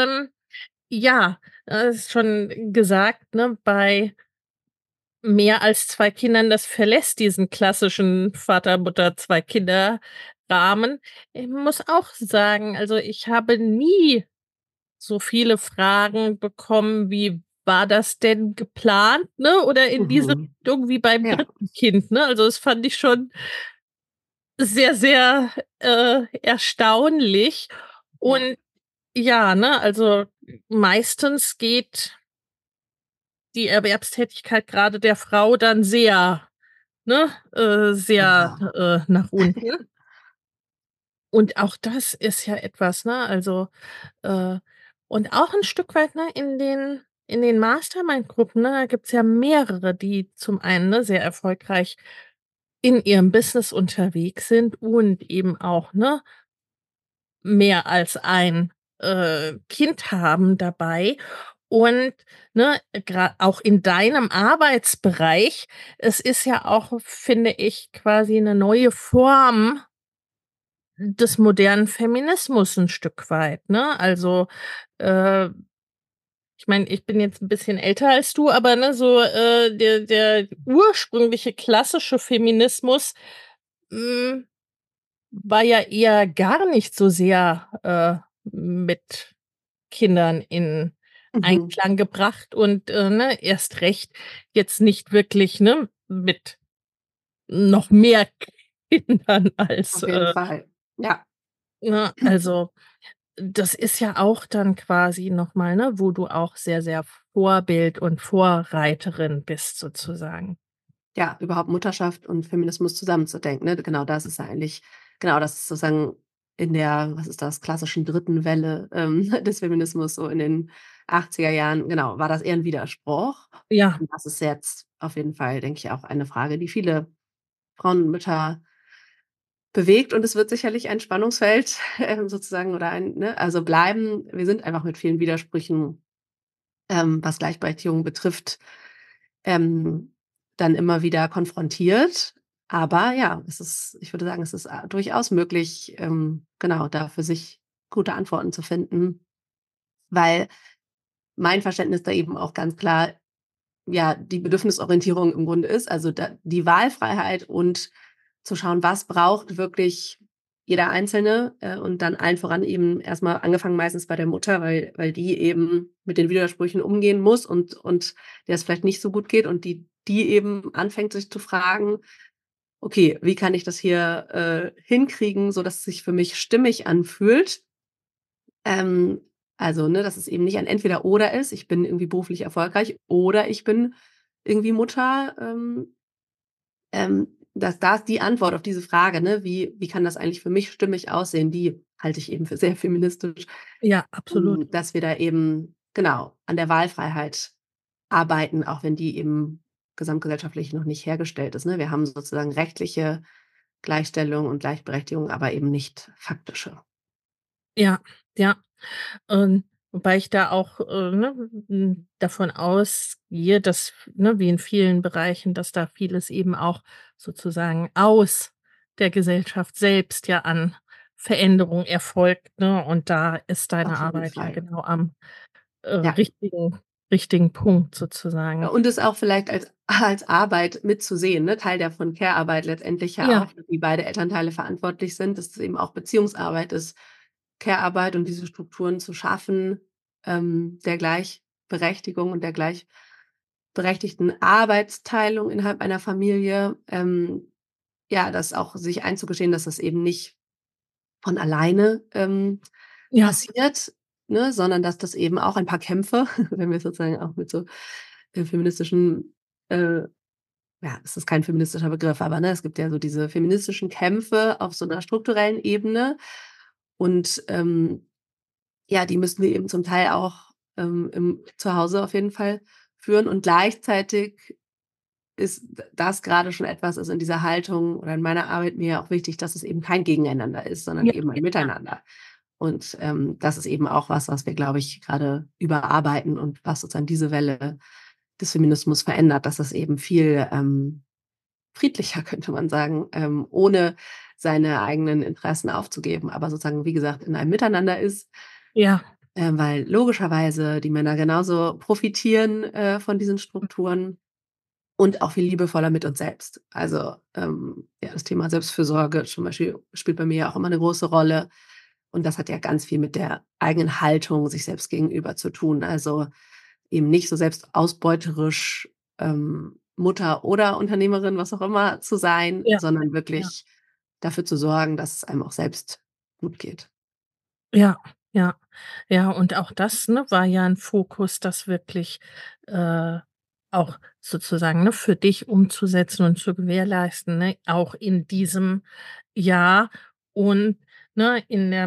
ja, ist schon gesagt, ne, bei mehr als 2 Kindern, das verlässt diesen klassischen Vater, Mutter, 2 Kinder Rahmen. Ich muss auch sagen, also, ich habe nie so viele Fragen bekommen wie: „War das denn geplant“, ne, oder in diese Mhm. Richtung wie beim Ja. dritten Kind, ne? Also, das fand ich schon sehr, sehr, erstaunlich. Ja. Und ja, ne, also, meistens geht die Erwerbstätigkeit grade der Frau dann sehr, ne, sehr, Genau. nach unten. Und auch das ist ja etwas, ne, also, äh und auch 'n Stück weit, ne, in den Mastermind-Gruppen, ne, da gibt's ja mehrere, die zum einen, ne, sehr erfolgreich in ihrem Business unterwegs sind und eben auch, ne, mehr als ein, Kind haben dabei. Und, ne, auch in deinem Arbeitsbereich, es ist ja auch, finde ich, quasi 'ne neue Form des modernen Feminismus 'n Stück weit, ne? Also, äh, ich meine, ich bin jetzt 'n bisschen älter als du, aber, ne, so, der ursprüngliche klassische Feminismus, hm, war ja eher gar nicht so sehr, mit Kindern in Mhm. Einklang gebracht und, ne, erst recht jetzt nicht wirklich, ne, mit noch mehr Kindern als, Auf jeden Fall. Ja. ne, also, das ist ja auch dann quasi noch mal, ne, wo du auch sehr, sehr Vorbild und Vorreiterin bist sozusagen. Ja, überhaupt Mutterschaft und Feminismus zusammenzudenken, ne? Genau, das ist ja eigentlich genau, das ist sozusagen in der, was ist das, klassischen dritten Welle, des Feminismus so in den 80er Jahren, genau, war das eher 'n Widerspruch. Ja, Und das ist jetzt auf jeden Fall, denke ich, auch eine Frage, die viele Frauen und Mütter bewegt und es wird sicherlich ein Spannungsfeld, sozusagen oder ein ne, also bleiben. Wir sind einfach mit vielen Widersprüchen, was Gleichberechtigung betrifft, ähm, dann immer wieder konfrontiert. Aber ja, es ist ich würde sagen, es ist, durchaus möglich, genau, da für sich gute Antworten zu finden, weil mein Verständnis da eben auch ganz klar, ja, die Bedürfnisorientierung im Grunde ist, also da die Wahlfreiheit und zu schauen, was braucht wirklich jeder Einzelne, und dann allen voran eben erstmal angefangen meistens bei der Mutter, weil die eben mit den Widersprüchen umgehen muss und der es vielleicht nicht so gut geht und die eben anfängt, sich zu fragen: „Okay, wie kann ich das hier, hinkriegen, sodass es sich für mich stimmig anfühlt?“ Ähm, also, ne, dass es eben nicht ein Entweder-Oder ist. Ich bin irgendwie beruflich erfolgreich oder ich bin irgendwie Mutter. Dass da ist die Antwort auf diese Frage, ne, wie kann das eigentlich für mich stimmig aussehen, die halte ich eben für sehr feministisch, ja, absolut. dass wir da eben, genau, an der Wahlfreiheit arbeiten, auch wenn die eben gesamtgesellschaftlich noch nicht hergestellt ist, ne? Wir haben sozusagen rechtliche Gleichstellung und Gleichberechtigung, aber eben nicht faktische. Ja, ja. Wobei ich da auch, ne, davon ausgehe, dass, ne, wie in vielen Bereichen, dass da vieles eben auch sozusagen aus der Gesellschaft selbst ja an Veränderung erfolgt, ne? Und da ist deine Auf jeden Arbeit ja Fall. genau am, Ja. richtigen Punkt Ja, sozusagen. und es auch vielleicht als als Arbeit mitzusehen, ne? Teil der von Care-Arbeit letztendlich ja Ja, auch, wie beide Elternteile verantwortlich sind, dass es eben auch Beziehungsarbeit ist, Care-Arbeit und diese Strukturen zu schaffen, der Gleichberechtigung und der gleichberechtigten Arbeitsteilung innerhalb einer Familie, ja, das auch sich einzugestehen, dass das eben nicht von alleine, ja, passiert, ne, sondern dass das eben auch ein paar Kämpfe, wenn wir sozusagen auch mit so, feministischen, äh ja, es ist kein feministischer Begriff, aber, ne, es gibt ja so diese feministischen Kämpfe auf so einer strukturellen Ebene und, ja, die müssen wir eben zum Teil auch, im Zuhause auf jeden Fall führen und gleichzeitig ist das gerade schon etwas, also in dieser Haltung oder in meiner Arbeit mir auch wichtig, dass es eben kein Gegeneinander ist, sondern ja, eben ein ja, Miteinander. Und, das ist eben auch was wir, glaube ich, gerade überarbeiten und was sozusagen diese Welle des Feminismus verändert, dass es eben viel, friedlicher, könnte man sagen, ohne seine eigenen Interessen aufzugeben, aber sozusagen, wie gesagt, in einem Miteinander ist, ja, weil logischerweise die Männer genauso profitieren, von diesen Strukturen und auch viel liebevoller mit uns selbst. Also, ja, das Thema Selbstfürsorge zum Beispiel spielt bei mir ja auch immer eine große Rolle. Und das hat ja ganz viel mit der eigenen Haltung sich selbst gegenüber zu tun. Also, eben nicht so selbst ausbeuterisch, Mutter oder Unternehmerin, was auch immer, zu sein, ja, sondern ja. wirklich dafür zu sorgen, dass es einem auch selbst gut geht. Ja, ja, ja, und auch das, ne, war ja 'n Fokus, das wirklich, äh, auch sozusagen, ne, für dich umzusetzen und zu gewährleisten, ne, auch in diesem Jahr und, ne,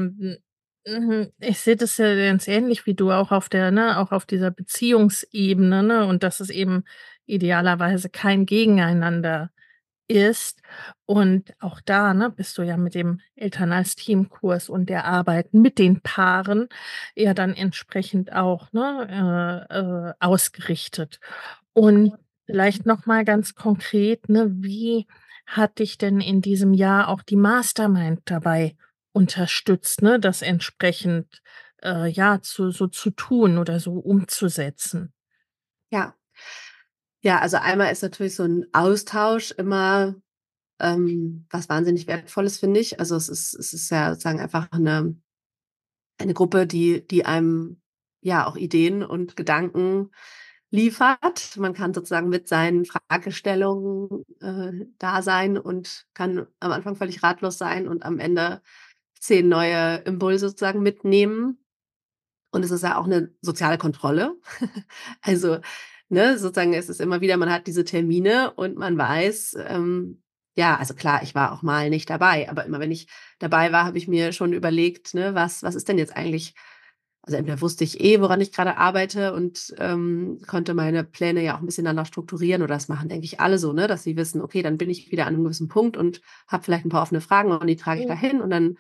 ich sehe das ja ganz ähnlich wie du auch auf der ne, auch auf dieser Beziehungsebene, ne, und dass es eben idealerweise kein Gegeneinander ist. Und auch da, ne, bist du ja mit dem Eltern als Teamkurs und der Arbeit mit den Paaren ja dann entsprechend auch, ne, ausgerichtet. Und vielleicht noch mal ganz konkret, ne, wie hat dich denn in diesem Jahr auch die Mastermind dabei unterstützt, ne, das entsprechend, ja, zu tun oder so umzusetzen? Ja. Ja, also einmal ist natürlich so 'n Austausch immer, was wahnsinnig Wertvolles, finde ich. Also, es ist ja sozusagen einfach eine Gruppe, die einem ja auch Ideen und Gedanken liefert. Man kann sozusagen mit seinen Fragestellungen, da sein und kann am Anfang völlig ratlos sein und am Ende 10 neue Impulse sozusagen mitnehmen. Und es ist ja auch 'ne soziale Kontrolle. Also, ne, sozusagen es ist immer wieder man hat diese Termine und man weiß, ja, also klar, ich war auch mal nicht dabei, aber immer wenn ich dabei war, habe ich mir schon überlegt, ne, was ist denn jetzt eigentlich also entweder wusste ich eh, woran ich grade arbeite und, konnte meine Pläne ja auch 'n bisschen danach strukturieren oder das machen, denke ich, alle so, ne, dass sie wissen: „Okay, dann bin ich wieder an 'nem gewissen Punkt und habe vielleicht 'n paar offene Fragen und die trage ich da Mhm. hin und dann,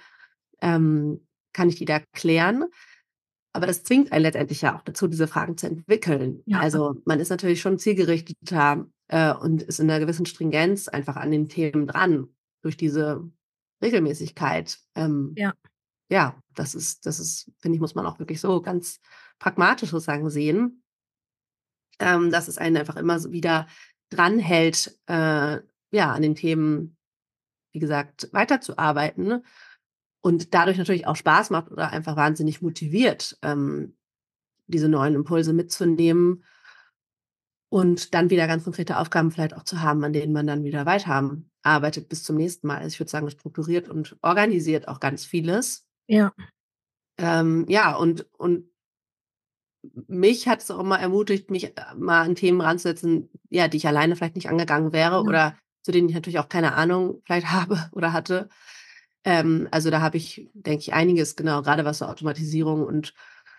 kann ich die da klären.“ Aber das zwingt einen letztendlich ja auch dazu, diese Fragen zu entwickeln. Ja, Also, man ist natürlich schon zielgerichteter, und ist in 'ner gewissen Stringenz einfach an den Themen dran durch diese Regelmäßigkeit. ja, Ja, das ist, finde ich, muss man auch wirklich so ganz pragmatisch sozusagen sehen, dass es einen einfach immer so wieder dranhält, ja, an den Themen, wie gesagt, weiterzuarbeiten, ne? Und dadurch natürlich auch Spaß macht oder einfach wahnsinnig motiviert, diese neuen Impulse mitzunehmen und dann wieder ganz konkrete Aufgaben vielleicht auch zu haben, an denen man dann wieder weiterarbeitet bis zum nächsten Mal. Also, ich würde sagen, strukturiert und organisiert auch ganz vieles. ja, Ja, und mich hat es auch immer ermutigt, mich, mal an Themen ranzusetzen, ja, die ich alleine vielleicht nicht angegangen wäre ja, oder zu denen ich natürlich auch keine Ahnung vielleicht habe oder hatte. Also, da habe ich, denke ich, einiges genau, gerade was so Automatisierung und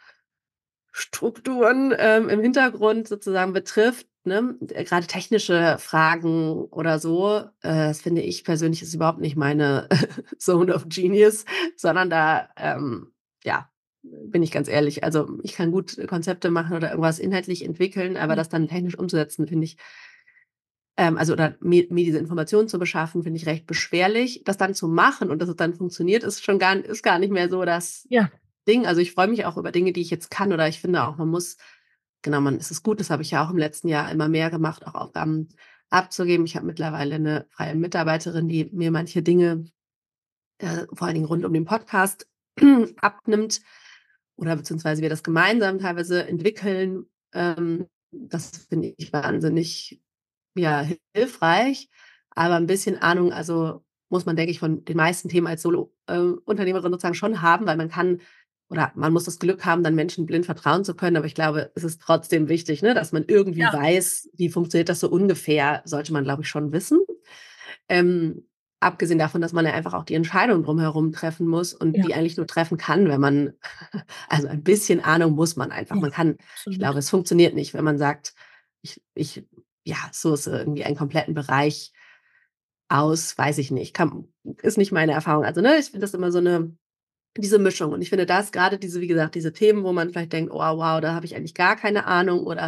Strukturen, im Hintergrund sozusagen betrifft, ne? Grade technische Fragen oder so, das finde ich persönlich ist überhaupt nicht meine Zone of Genius, sondern da, ja, bin ich ganz ehrlich, also, ich kann gut Konzepte machen oder irgendwas inhaltlich entwickeln, aber ja. das dann technisch umzusetzen, finde ich also, oder mir diese Informationen zu beschaffen, finde ich recht beschwerlich. Das dann zu machen und dass es dann funktioniert, ist gar nicht mehr so das Ja, Ding. Also, ich freue mich auch über Dinge, die ich jetzt kann oder ich finde auch, man muss genau, es ist gut, das habe ich ja auch im letzten Jahr immer mehr gemacht, auch Aufgaben abzugeben. Ich habe mittlerweile eine freie Mitarbeiterin, die mir manche Dinge, vor allen Dingen rund um den Podcast abnimmt oder beziehungsweise wir das gemeinsam teilweise entwickeln. Das finde ich wahnsinnig, ja, hilfreich, aber ein bisschen Ahnung, also, muss man, denke ich, von den meisten Themen als Solo Unternehmerin sozusagen schon haben, weil man muss das Glück haben, dann Menschen blind vertrauen zu können, aber ich glaube, es ist trotzdem wichtig, ne, dass man irgendwie Ja, weiß, wie funktioniert das so ungefähr, sollte man, glaube ich, schon wissen. Ähm, Abgesehen davon, dass man ja einfach auch die Entscheidung drumherum treffen muss und ja, die eigentlich nur treffen kann, wenn man also, ein bisschen Ahnung muss man einfach. ja, Ich absolut. glaube, es funktioniert nicht, wenn man sagt: „Ich ja, source irgendwie einen kompletten Bereich aus“, weiß ich nicht, ist nicht meine Erfahrung. Also, ne, ich finde das immer so diese Mischung und ich finde das gerade diese, wie gesagt, diese Themen, wo man vielleicht denkt: „Oh, wow, da habe ich eigentlich gar keine Ahnung“ oder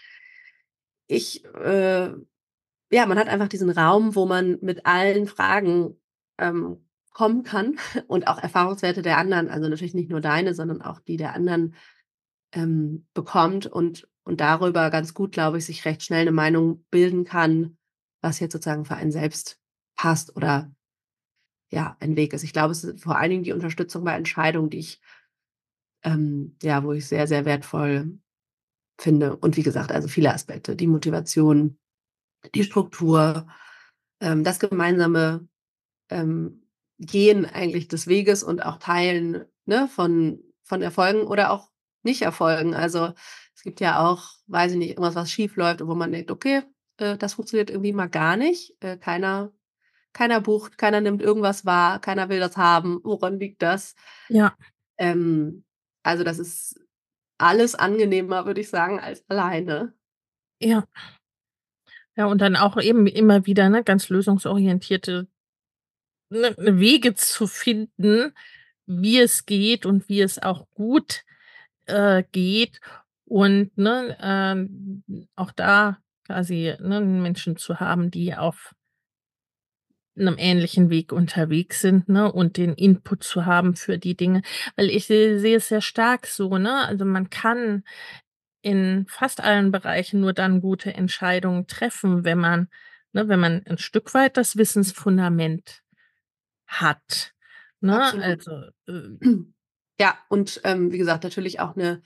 ich, ja, man hat einfach diesen Raum, wo man mit allen Fragen, kommen kann und auch Erfahrungswerte der anderen, also natürlich nicht nur deine, sondern auch die der anderen, bekommt und darüber ganz gut, glaube ich, sich recht schnell eine Meinung bilden kann, was jetzt sozusagen für einen selbst passt oder, ja, ein Weg ist. Ich glaube, es ist vor allen Dingen die Unterstützung bei Entscheidungen, die ich, ja, wo ich sehr, sehr wertvoll finde. Und wie gesagt, also viele Aspekte, die Motivation, die Struktur, das gemeinsame Gehen eigentlich des Weges und auch Teilen, ne, von Erfolgen oder auch Nicht-Erfolgen. Also, es gibt ja auch, weiß ich nicht, irgendwas, was schief läuft und wo man denkt: „Okay, das funktioniert irgendwie mal gar nicht. Keiner bucht, keiner nimmt irgendwas wahr, keiner will das haben. Woran liegt das?“ Ja, Ähm, also, das ist alles angenehmer, würde ich sagen, als alleine. ja. Ja, und dann auch eben immer wieder, ne, ganz lösungsorientierte, ne, Wege zu finden, wie es geht und wie es auch gut, geht und, ne, auch da quasi, ne, Menschen zu haben, die auf 'nem ähnlichen Weg unterwegs sind, ne, und den Input zu haben für die Dinge. Weil ich sehe es sehr stark so, ne? Also, man kann in fast allen Bereichen nur dann gute Entscheidungen treffen, wenn man 'n Stück weit das Wissensfundament hat, ne? Absolut. Also, Ja, und, wie gesagt, natürlich auch eine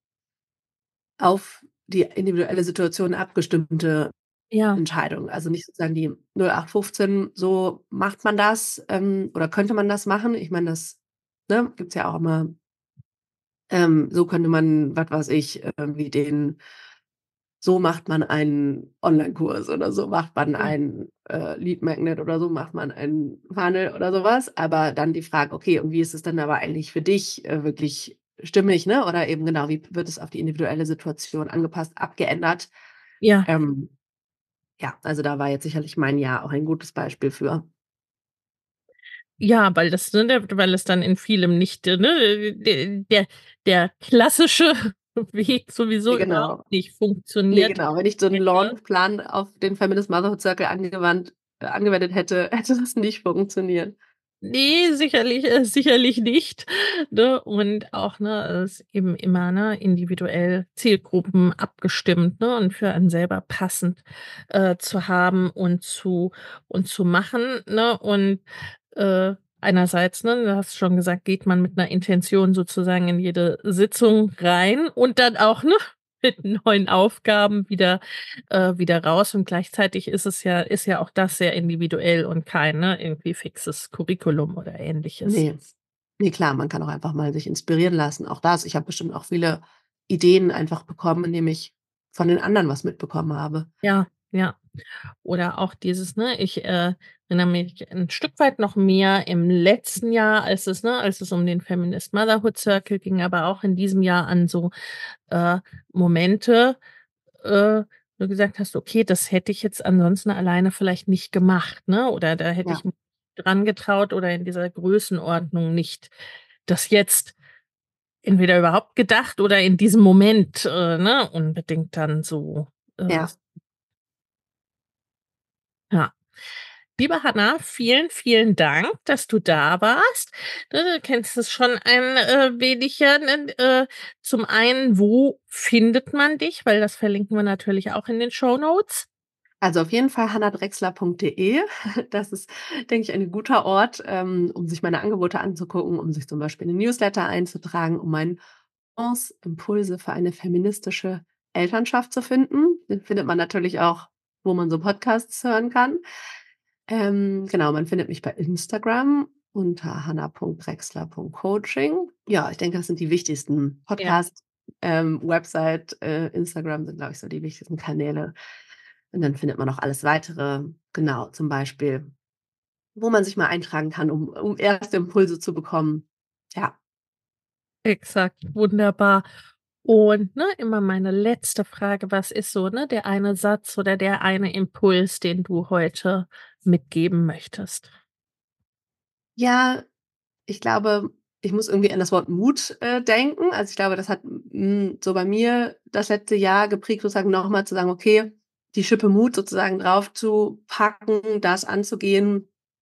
auf die individuelle Situation abgestimmte ja, Entscheidung. Also nicht sozusagen die 0815, so macht man das, oder könnte man das machen. Ich meine, das, ne, gibt's ja auch immer, so könnte man, was weiß ich, wie den so macht man einen Onlinekurs oder so macht man ja, ein, Lead Magnet oder so macht man einen Funnel oder sowas. Aber dann die Frage: „Okay, und wie ist es dann aber eigentlich für dich, wirklich stimmig“, ne? Oder eben genau, wie wird es auf die individuelle Situation angepasst, abgeändert? ja. Ähm, ja, also da war jetzt sicherlich mein Jahr auch ein gutes Beispiel für. Ja, weil das, ne, weil es dann in vielem nicht, ne, der klassische Weg sowieso Ne, genau. überhaupt nicht Ne, funktioniert genau. Wenn ich so 'n hätte. Launchplan auf den Feminist Motherhood Circle angewendet hätte, hätte das nicht funktioniert. Ne, sicherlich nicht, ne? Und auch, ne, es eben immer, ne, individuell Zielgruppen abgestimmt, ne, und für einen selber passend, zu haben und zu machen, ne? Und, einerseits, ne, du hast schon gesagt, geht man mit 'ner Intention sozusagen in jede Sitzung rein und dann auch, ne, mit neuen Aufgaben wieder raus und gleichzeitig ist ja auch das sehr individuell und kein, ne, irgendwie fixes Curriculum oder Ähnliches. Ne. Ne, klar, man kann auch einfach mal sich inspirieren lassen. Auch das. Ich habe bestimmt auch viele Ideen einfach bekommen, indem ich von den anderen was mitbekommen habe. Ja, ja. Oder auch dieses, ne, ich, erinnere mich 'n Stück weit noch mehr im letzten Jahr, als es um den Feminist Motherhood Circle ging, aber auch in diesem Jahr an so, äh, Momente, wo du gesagt hast: „Okay, das hätte ich jetzt ansonsten alleine vielleicht nicht gemacht“, ne? Oder da hätte Ja, ich mich dran getraut oder in dieser Größenordnung nicht das jetzt entweder überhaupt gedacht oder in diesem Moment, ne, unbedingt dann so, ja. ja. Liebe Hanna, vielen, vielen Dank, dass du da warst. Du kennst es schon ein wenig. Zum einen, wo findet man dich? Weil das verlinken wir natürlich auch in den Shownotes. Also auf jeden Fall hannadrexler.de. Das ist, denke ich, ein guter Ort, um sich meine Angebote anzugucken, um sich zum Beispiel in den Newsletter einzutragen, um meinen Impulse für eine feministische Elternschaft zu finden. Den findet man natürlich auch, wo man so Podcasts hören kann. Genau, man findet mich bei Instagram unter hanna.drexler.coaching. Ja, ich denke, das sind die wichtigsten Podcast, Website, Instagram sind, glaube ich, so die wichtigsten Kanäle. Und dann findet man auch alles weitere, genau, zum Beispiel, wo man sich mal eintragen kann, um erste Impulse zu bekommen. Ja. Exakt, wunderbar. Und immer meine letzte Frage, was ist so der eine Satz oder der eine Impuls, den du heute mitgeben möchtest? Ja, ich glaube, ich muss irgendwie an das Wort Mut denken. Also ich glaube, das hat so bei mir das letzte Jahr geprägt, sozusagen nochmal zu sagen, okay, die Schippe Mut sozusagen drauf zu packen, das anzugehen,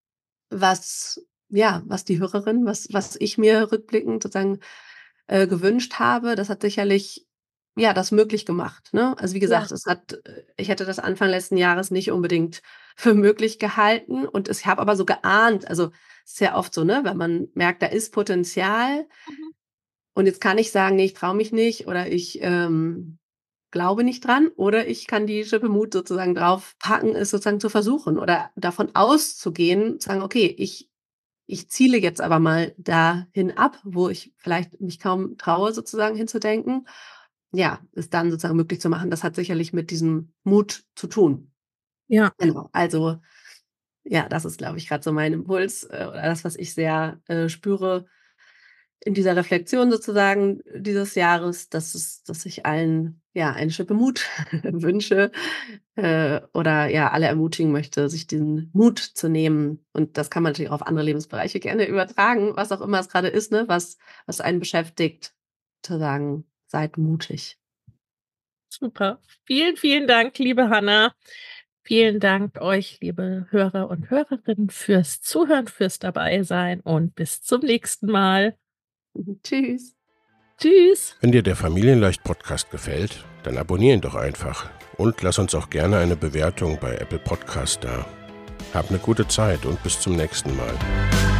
was die Hörerin, was ich mir rückblickend sozusagen gewünscht habe. Das hat sicherlich das möglich gemacht, ne? Also wie Ja. gesagt, ich hätte das Anfang letzten Jahres nicht unbedingt für möglich gehalten und ich habe aber so geahnt, also es ist ja oft so, ne, wenn man merkt, da ist Potenzial Mhm. und jetzt kann ich sagen: „Ne, ich traue mich nicht" oder ich glaube nicht dran, oder ich kann die Schippe Mut sozusagen draufpacken, es sozusagen zu versuchen oder davon auszugehen, zu sagen: „Okay, ich ziele jetzt aber mal dahin ab, wo ich vielleicht mich kaum traue, sozusagen hinzudenken." Ja, es dann sozusagen möglich zu machen. Das hat sicherlich mit diesem Mut zu tun. Ja. Genau, also, ja, das ist, glaube ich, grad so mein Impuls, oder das, was ich sehr, spüre in dieser Reflexion sozusagen dieses Jahres, dass ich allen, eine Schippe Mut wünsche, oder alle ermutigen möchte, sich diesen Mut zu nehmen. Und das kann man natürlich auch auf andere Lebensbereiche gerne übertragen, was auch immer es gerade ist, ne, was einen beschäftigt, zu sagen: „Seid mutig." Super. Vielen, vielen Dank, liebe Hanna. Vielen Dank euch, liebe Hörer und Hörerinnen, fürs Zuhören, fürs Dabeisein und bis zum nächsten Mal. Tschüss. Tschüss. Wenn dir der Familienleicht-Podcast gefällt, dann abonnier ihn doch einfach und lass uns auch gerne eine Bewertung bei Apple Podcast da. Hab eine gute Zeit und bis zum nächsten Mal.